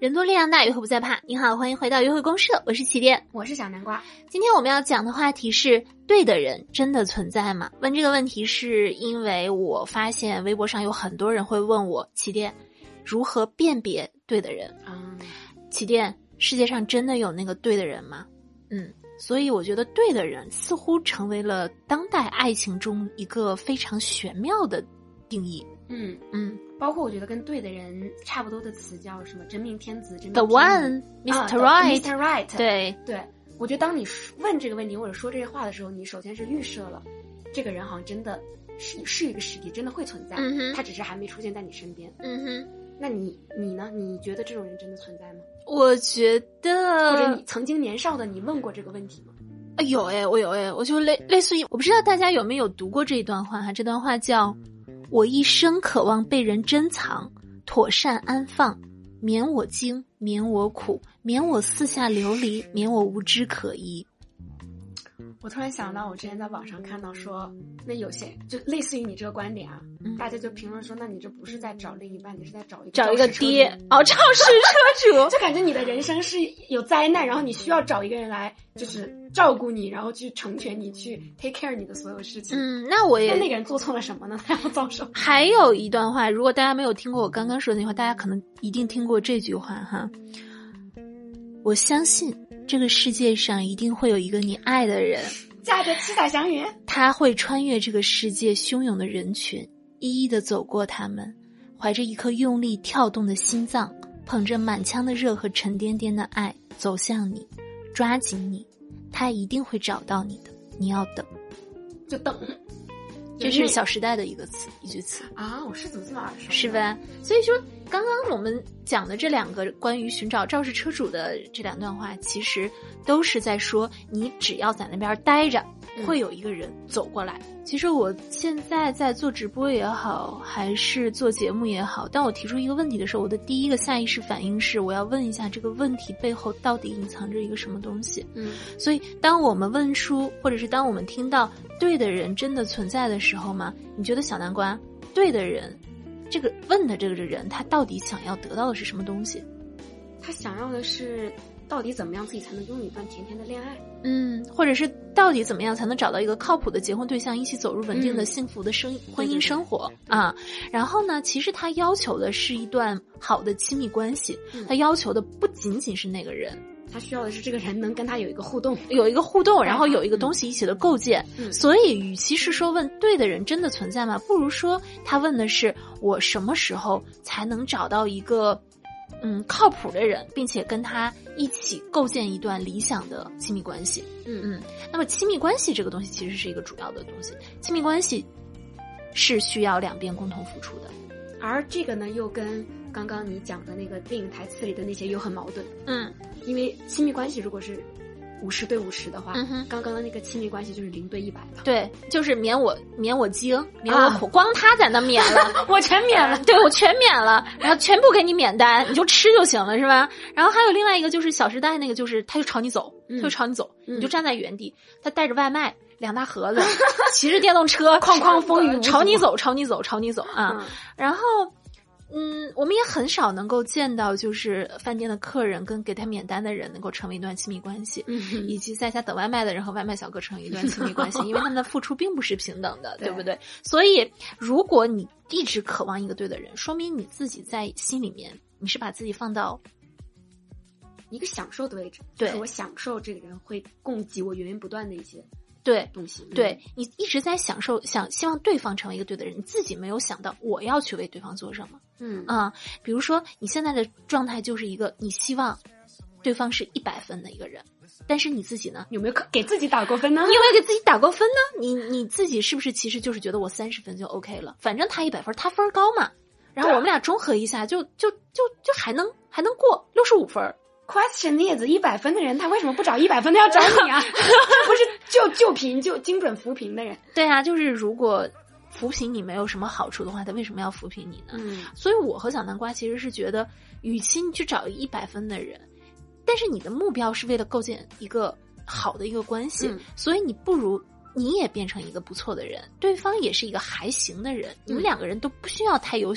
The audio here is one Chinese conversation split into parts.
人多力量大，约会不再怕。你好，欢迎回到约会公社，我是起点， 我是小南瓜。 今天我们要讲的话题是对的人真的存在吗？问这个问题是因为我发现微博上有很多人会问我，起点如何辨别对的人？起点，世界上真的有那个对的人吗？所以我觉得对的人似乎成为了当代爱情中一个非常玄妙的定义。 包括我觉得跟对的人差不多的词叫什么真命天子、真命 The one, Mr. Right. Mr. Right. 对， 我觉得当你问这个问题或者说这些话的时候，你首先是预设了这个人好像真的是一个实体，真的会存在，他只是还没出现在你身边。那你呢？你觉得这种人真的存在吗？ 我觉得， 或者你曾经年少的你问过这个问题吗？ 有我有我就类似于，我不知道大家有没有读过这一段话哈，这段话叫我一生渴望被人珍藏，妥善安放，免我惊，免我苦，免我四下流离，免我无枝可依。 我突然想到，我之前在网上看到说，那有些就类似于你这个观点啊，大家就评论说，那你这不是在找另一半，你是在找一个爹哦，肇事车主， 就感觉你的人生是有灾难，然后你需要找一个人来就是照顾你，然后去成全你，去 take care 你的所有事情。 那个人做错了什么呢？他要遭受。 还有一段话，如果大家没有听过我刚刚说的那句话，大家可能一定听过这句话哈。我相信这个世界上一定会有一个你爱的人， 驾着七彩祥云， 他会穿越这个世界汹涌的人群，一一地走过他们，怀着一颗用力跳动的心脏，捧着满腔的热和沉甸甸的爱走向你，抓紧你，他一定会找到你的，你要等， 就等。 这是《小时代》的一句词啊！我是怎么这么耳熟？ 是吧？所以说，刚刚我们讲的这两个关于寻找肇事车主的这两段话，其实都是在说，你只要在那边待着，会有一个人走过来。其实我现在在做直播也好，还是做节目也好，当我提出一个问题的时候，我的第一个下意识反应是，我要问一下这个问题背后到底隐藏着一个什么东西。所以当我们问出，或者是当我们听到对的人真的存在的时候嘛，你觉得小南瓜，对的人，这个问的这个人，他到底想要得到的是什么东西？ 他想要的是到底怎么样自己才能拥有一段甜甜的恋爱？ 或者是到底怎么样才能找到一个靠谱的结婚对象，一起走入稳定的幸福的婚姻生活啊？然后呢，其实他要求的是一段好的亲密关系，他要求的不仅仅是那个人， 他需要的是这个人能跟他有一个互动， 然后有一个东西一起的构建。所以与其是说问对的人真的存在吗，不如说他问的是我什么时候才能找到一个靠谱的人，并且跟他一起构建一段理想的亲密关系。那么亲密关系这个东西其实是一个主要的东西，亲密关系是需要两边共同付出的， 而这个呢又跟刚刚你讲的那个电影台词里的那些又很矛盾。因为亲密关系如果是50对50的话，刚刚的那个亲密关系就是0对100的。 对，就是免我惊，免我苦，光他在那免了， 我全免了， 对，我全免了，然后全部给你免单，你就吃就行了，是吧？然后还有另外一个就是《小时代》那个，就是他就朝你走，你就站在原地，他带着外卖2大盒子，骑着电动车， 哐哐风雨朝你走啊！然后。我们也很少能够见到，就是饭店的客人跟给他免单的人能够成为一段亲密关系，以及在家等外卖的人和外卖小哥成为一段亲密关系，因为他们的付出并不是平等的，对不对？所以，如果你一直渴望一个对的人，说明你自己在心里面，你是把自己放到一个享受的位置， 对， 就是我享受这个人会供给我源源不断的一些。东西， 对，你一直在享受，希望对方成为一个对的人，你自己没有想到我要去为对方做什么。比如说你现在的状态就是一个你希望对方是100分的一个人，但是你自己呢， 有没有给自己打过分呢？ 你有没有给自己打过分呢？你自己是不是其实就是觉得我30分就 OK 了，反正他100分，他分高嘛，然后我们俩综合一下就还能过65分。 Question is 100分的人，他为什么不找100分的要找你啊？不是就评就精准扶贫的人。 对啊，就是如果扶贫你没有什么好处的话，他为什么要扶贫你呢？所以我和小南瓜其实是觉得，与其你去找一个100分的人，但是你的目标是为了构建一个好的一个关系，所以你不如你也变成一个不错的人，对方也是一个还行的人，你们两个人都不需要太优秀，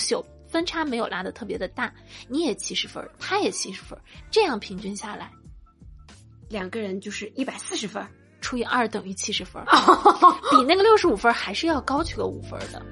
分差没有拉得特别的大，你也70分，他也70分，这样平均下来 ，2个人就是140分， 除以2等于70分，比那个65分还是要高去个5分的。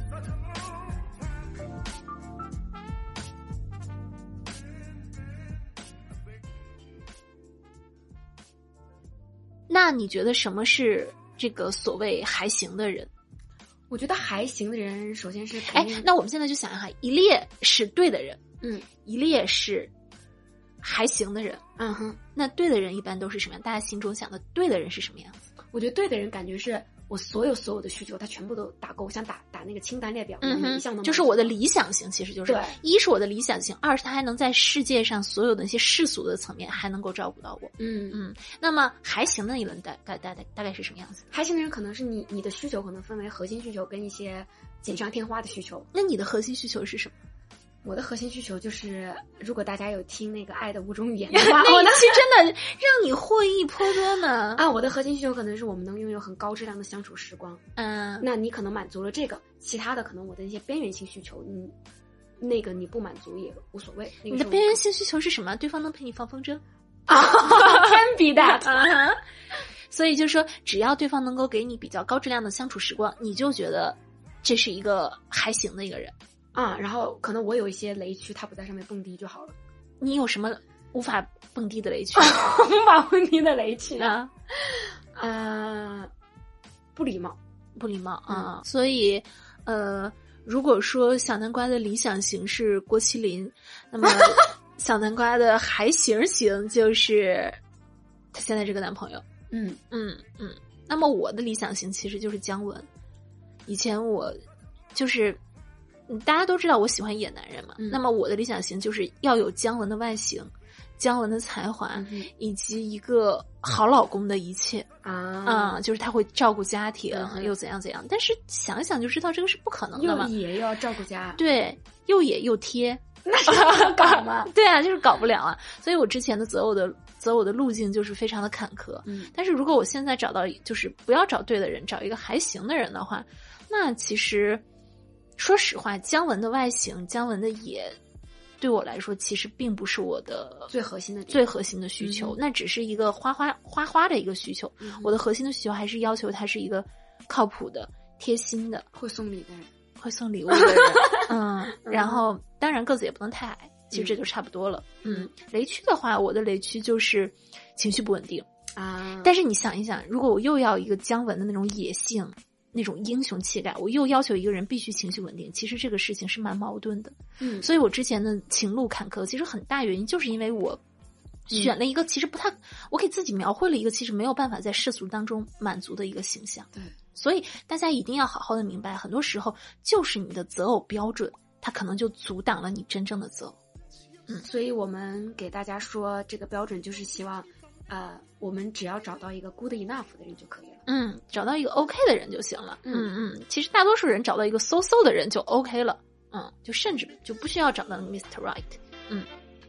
那你觉得什么是这个所谓还行的人？ 我觉得还行的人，首先是那我们现在就想一下，一列是对的人，一列是还行的人，那对的人一般都是什么样？大家心中想的对的人是什么样子？ 我觉得对的人感觉是我所有的需求，他全部都打勾，像打那个清单列表，每一项都就是我的理想型，其实就是一是我的理想型，二是他还能在世界上所有的那些世俗的层面还能够照顾到我。那么还行的一轮大概是什么样子？ 还行的人可能是你的需求可能分为核心需求跟一些锦上添花的需求。 那你的核心需求是什么？ 我的核心需求就是，如果大家有听那个《爱的5种语言》的话， 那一期真的让你获益颇多呢。 我的核心需求可能是我们能拥有很高质量的相处时光。那你可能满足了这个，其他的可能我的一些边缘性需求，那个你不满足也无所谓。 你的边缘性需求是什么？对方能陪你放风筝 ？Can be that 所以就是说，只要对方能够给你比较高质量的相处时光，你就觉得这是一个还行的一个人。 然后可能我有一些雷区，他不在上面蹦迪就好了。 你有什么无法蹦迪的雷区？ 无法蹦迪的雷区啊？ 不礼貌啊。所以如果说小南瓜的理想型是郭麒麟，那么小南瓜的还行型就是他现在这个男朋友。那么我的理想型其实就是姜文。以前我就是大家都知道我喜欢野男人嘛，那么我的理想型就是要有姜文的外形，姜文的才华，以及一个好老公的一切就是他会照顾家庭，又怎样怎样。但是想一想就知道这个是不可能的嘛， 又野又要照顾家， 对，又野又贴， 那是不搞吗？ 对啊，就是搞不了啊。所以我之前的择偶的路径就是非常的坎坷。但是如果我现在找到，就是不要找对的人，找一个还行的人的话，那其实说实话，姜文的外形，姜文的野，对我来说其实并不是我的最核心的需求，那只是一个花花的一个需求。我的核心的需求还是要求他是一个靠谱的、贴心的、 会送礼的人， 会送礼物的人。然后当然个子也不能太矮，其实这就差不多了。雷区的话，我的雷区就是情绪不稳定但是你想一想，如果我又要一个姜文的那种野性，那种英雄气概，我又要求一个人必须情绪稳定，其实这个事情是蛮矛盾的。所以我之前的情路坎坷，其实很大原因就是因为我选了一个其实不太，我给自己描绘了一个其实没有办法在世俗当中满足的一个形象。 对， 所以大家一定要好好的明白，很多时候就是你的择偶标准，它可能就阻挡了你真正的择偶。 所以我们给大家说，这个标准就是希望，我们只要找到一个 good enough 的人就可以了。 找到一个 OK 的人就行了。其实大多数人找到一个 so 的人就 OK 了。就甚至就不需要找到 Mr. Right。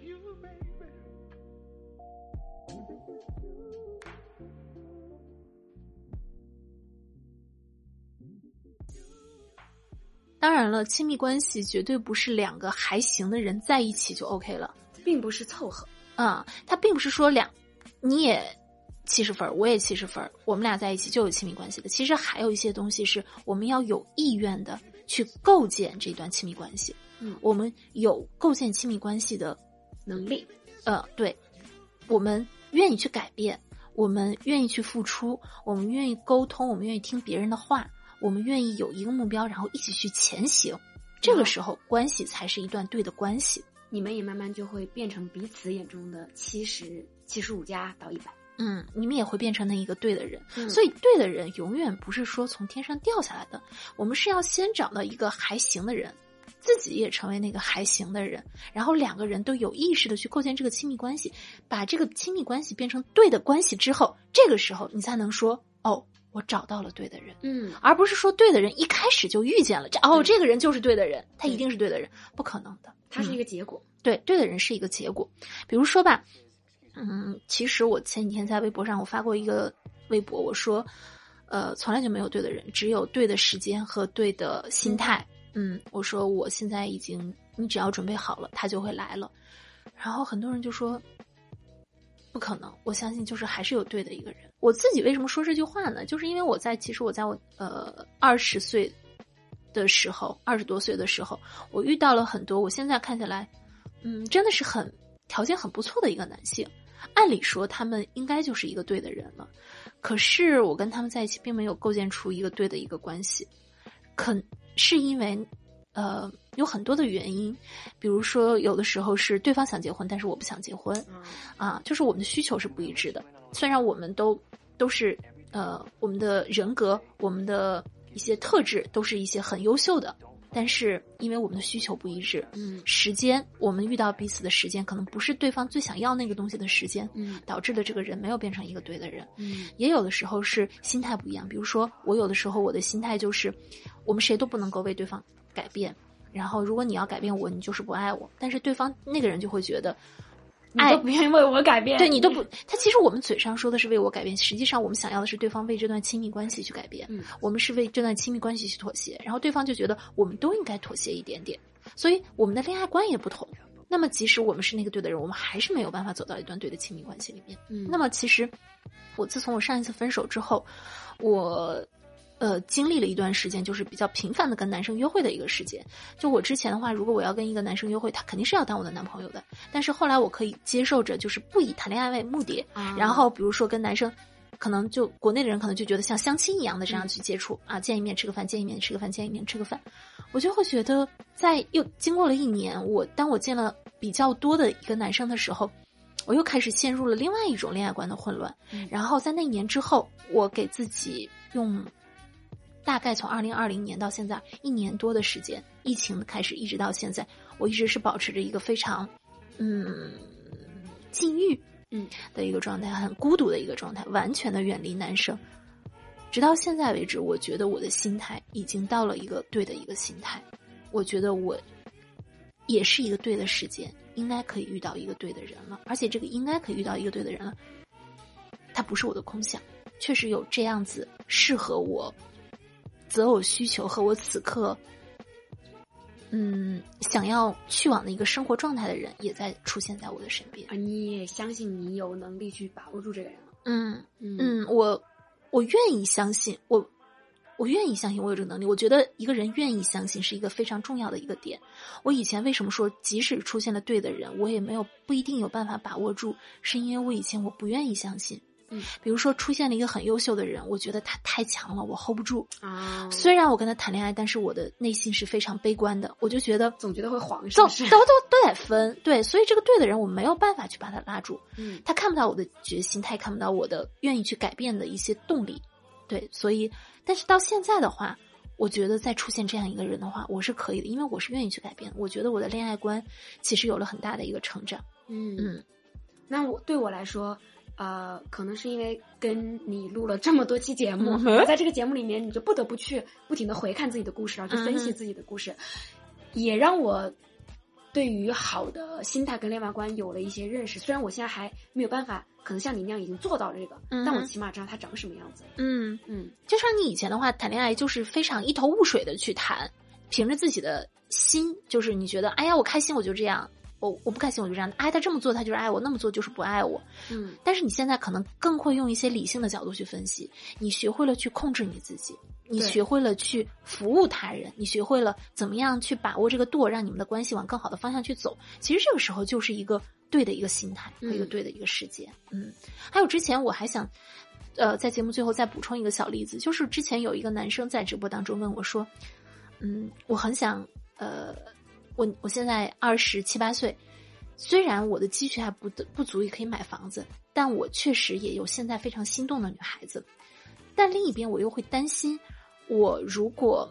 当然了，亲密关系绝对不是两个还行的人在一起就 OK 了， 并不是凑合。 它并不是说你也70分，我也70分，我们俩在一起就有亲密关系的。其实还有一些东西是我们要有意愿的去构建这段亲密关系。我们有构建亲密关系的能力。 对，我们愿意去改变，我们愿意去付出，我们愿意沟通，我们愿意听别人的话，我们愿意有一个目标，然后一起去前行。这个时候关系才是一段对的关系。 你们也慢慢就会变成彼此眼中的75加到100。 你们也会变成那一个对的人。所以对的人永远不是说从天上掉下来的，我们是要先找到一个还行的人，自己也成为那个还行的人，然后两个人都有意识的去构建这个亲密关系，把这个亲密关系变成对的关系之后，这个时候你才能说我找到了对的人。而不是说对的人一开始就遇见了这个人就是对的人，他一定是对的人，不可能的。 它是一个结果。 对的人是一个结果。比如说吧，其实我前几天在微博上我发过一个微博，我说从来就没有对的人，只有对的时间和对的心态。 我说我现在已经，你只要准备好了，他就会来了。然后很多人就说不可能，我相信就是还是有对的一个人。我自己为什么说这句话呢？就是因为我在我20岁的时候，20多岁的时候，我遇到了很多我现在看起来真的是条件很不错的一个男性。按理说他们应该就是一个对的人了，可是我跟他们在一起并没有构建出一个对的一个关系，是因为有很多的原因，比如说有的时候是对方想结婚，但是我不想结婚，就是我们的需求是不一致的。虽然我们都是我们的人格，我们的一些特质都是一些很优秀的，但是因为我们的需求不一致，时间我们遇到彼此的时间可能不是对方最想要那个东西的时间，导致了这个人没有变成一个对的人。也有的时候是心态不一样，比如说我有的时候我的心态就是我们谁都不能够为对方改变，然后如果你要改变我，你就是不爱我，但是对方那个人就会觉得你都不愿意为我改变， 对，你都不，他其实我们嘴上说的是为我改变，实际上我们想要的是对方为这段亲密关系去改变，我们是为这段亲密关系去妥协，然后对方就觉得我们都应该妥协一点点，所以我们的恋爱观也不同。那么即使我们是那个对的人，我们还是没有办法走到一段对的亲密关系里面。那么其实自从我上一次分手之后，我经历了一段时间，就是比较频繁的跟男生约会的一个时间。就我之前的话，如果我要跟一个男生约会，他肯定是要当我的男朋友的。但是后来我可以接受着，就是不以谈恋爱为目的，然后比如说跟男生，可能就国内的人可能就觉得像相亲一样的这样去接触啊，见一面吃个饭，见一面吃个饭，见一面吃个饭。我就会觉得，又经过了1年，当我见了比较多的一个男生的时候，我又开始陷入了另外一种恋爱观的混乱。然后在那1年之后，我给自己用大概从2020年到现在1年多的时间，疫情开始一直到现在，我一直是保持着一个非常禁欲的一个状态，很孤独的一个状态，完全的远离男生。直到现在为止，我觉得我的心态已经到了一个对的一个心态，我觉得我也是一个对的时间，应该可以遇到一个对的人了，而且这个应该可以遇到一个对的人了，它不是我的空想，确实有这样子适合我择偶需求和我此刻想要去往的一个生活状态的人也在出现在我的身边。 你也相信你有能力去把握住这个人了？ 我愿意相信，我愿意相信我有这个能力。我觉得一个人愿意相信是一个非常重要的一个点。我以前为什么说即使出现了对的人，我也不一定有办法把握住，是因为我以前我不愿意相信。比如说出现了一个很优秀的人，我觉得他太强了，我 hold 不住。虽然我跟他谈恋爱，但是我的内心是非常悲观的，我就觉得总觉得会黄，是不是？ 都得分。对，所以这个对的人我没有办法去把他拉住。他看不到我的决心，他也看不到我的愿意去改变的一些动力。对，所以但是到现在的话，我觉得再出现这样一个人的话，我是可以的，因为我是愿意去改变。我觉得我的恋爱观其实有了很大的一个成长。 那对我来说，可能是因为跟你录了这么多期节目，在这个节目里面，你就不得不去不停的回看自己的故事，然后去分析自己的故事，也让我对于好的心态跟恋爱观有了一些认识。虽然我现在还没有办法，可能像你那样已经做到这个，但我起码知道它长什么样子。 就像你以前的话，谈恋爱就是非常一头雾水的去谈，凭着自己的心，就是你觉得，哎呀，我开心我就这样。我不开心我就这样，他这么做他就是爱我，那么做就是不爱我。但是你现在可能更会用一些理性的角度去分析，你学会了去控制你自己，你学会了去服务他人，你学会了怎么样去把握这个度，让你们的关系往更好的方向去走。其实这个时候就是一个对的一个心态和一个对的一个世界。还有之前我还想在节目最后再补充一个小例子，就是之前有一个男生在直播当中问我说，我很想我现在27、28岁，虽然我的积蓄还不足以可以买房子，但我确实也有现在非常心动的女孩子。但另一边我又会担心，我如果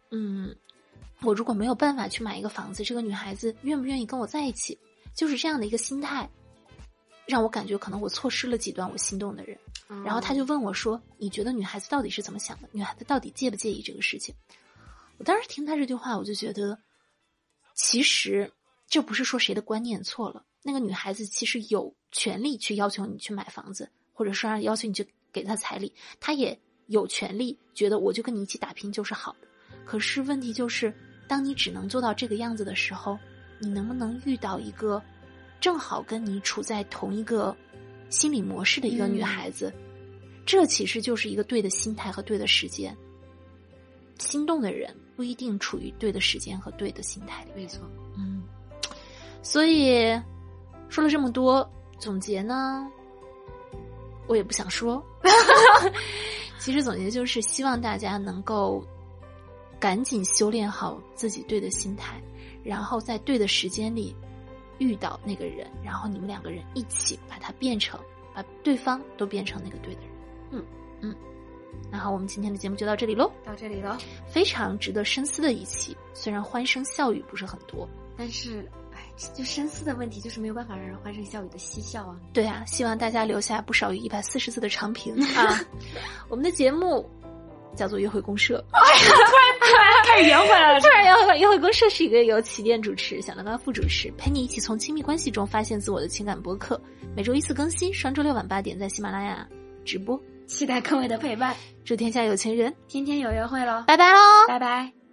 没有办法去买一个房子，这个女孩子愿不愿意跟我在一起？就是这样的一个心态，让我感觉可能我错失了几段我心动的人。然后他就问我说，你觉得女孩子到底是怎么想的？女孩子到底介不介意这个事情？我当时听他这句话，我就觉得其实这不是说谁的观念错了，那个女孩子其实有权利去要求你去买房子，或者说要求你去给她彩礼，她也有权利觉得我就跟你一起打拼就是好的。可是问题就是当你只能做到这个样子的时候，你能不能遇到一个正好跟你处在同一个心理模式的一个女孩子，这其实就是一个对的心态和对的时间。心动的人不一定处于对的时间和对的心态里。 没错。 所以说了这么多，总结呢我也不想说其实总结就是希望大家能够赶紧修炼好自己对的心态，然后在对的时间里遇到那个人，然后你们两个人一起把对方都变成那个对的人。然后我们今天的节目就到这里喽，非常值得深思的一期，虽然欢声笑语不是很多， 但是就深思的问题就是没有办法让人欢声笑语的嬉笑啊。 对啊，希望大家留下不少于140字的长评啊。我们的节目叫做约会公社。 突然开始圆回来了。 突然圆回来。约会公社是一个由起点主持、小南瓜副主持，陪你一起从亲密关系中发现自我的情感播客。每周1次更新，双周6晚8点在喜马拉雅直播。 期待各位的陪伴， 祝天下有情人天天有约会喽！ 拜拜喽！ 拜拜。